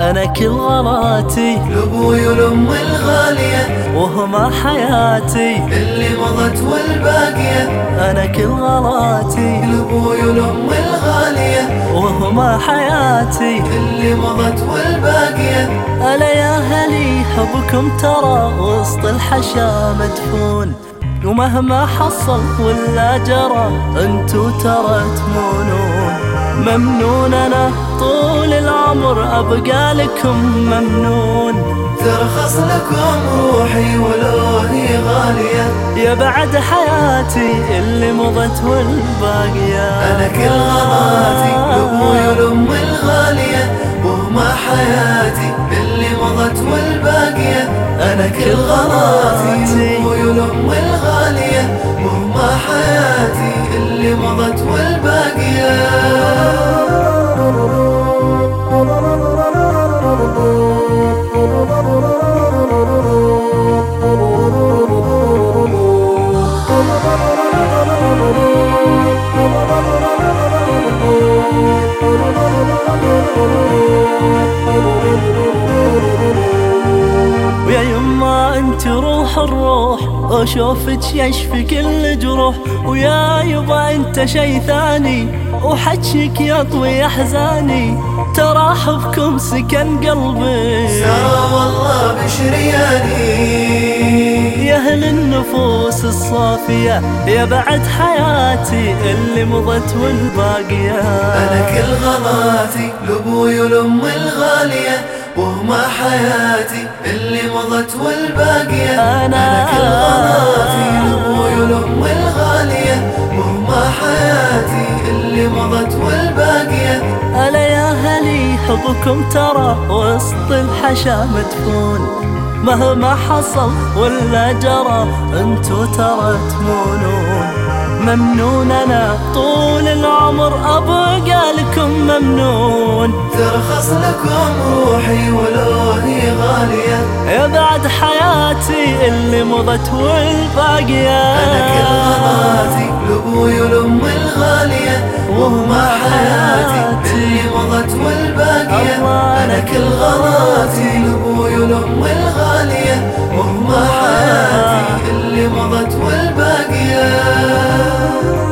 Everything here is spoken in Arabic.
أنا كل غلاتي لأبوي ولأمي الغالية، وهما حياتي اللي مضت والباقية. أنا كل غلاتي لأبوي ولأمي الغالية، وهما حياتي اللي مضت والباقية. ألا يا هلي حبكم ترى وسط الحشا مدفون، ومهما حصل ولا جرى انتو ترى تمونون. ممنون أنا طول العمر أبقى لكم ممنون، ترخص لكم روحي ولو هي غالية. يا بعد حياتي اللي مضت والباقية. أنا كل غلاتي لأبوي ولأمي الغالية، وهما حياتي اللي مضت والباقية. أنا كل غلاتي لأبوي ولأمي الغالية، وهما حياتي اللي مضت والباقية. ويا يما انت روح الروح، اشوفك يشفي كل جروح. ويا يبا انت شي ثاني، وحجك يطوي احزاني. ترى حبكم سكن قلبي، سرى والله بشرياني. يا اهل النفوس الصافية، يا بعد حياتي اللي مضت والباقية. أنا كل غلاتي لأبوي ولأمي الغالية، وهما حياتي اللي مضت والباقية. أنا كل غلاتي لأبوي ولأمي الغالية، وهما حياتي اللي مضت والباقية. ألا يا هلي حبكم ترى وسط الحشا مدفون، مهما حصل ولا جرى انتو ترى تمونون. ممنون أنا طول العمر أبقى لكم ممنون، ترخص لكم روحي ولو هي غالية. يا بعد حياتي اللي مضت والباقية. أنا كل غلاتي لأبوي ولأمي الغالية، وهما حياتي اللي مضت والباقية. أنا كل غلاتي لأبوي ولأمي الغالية، وهما حياتي اللي مضت والباقية.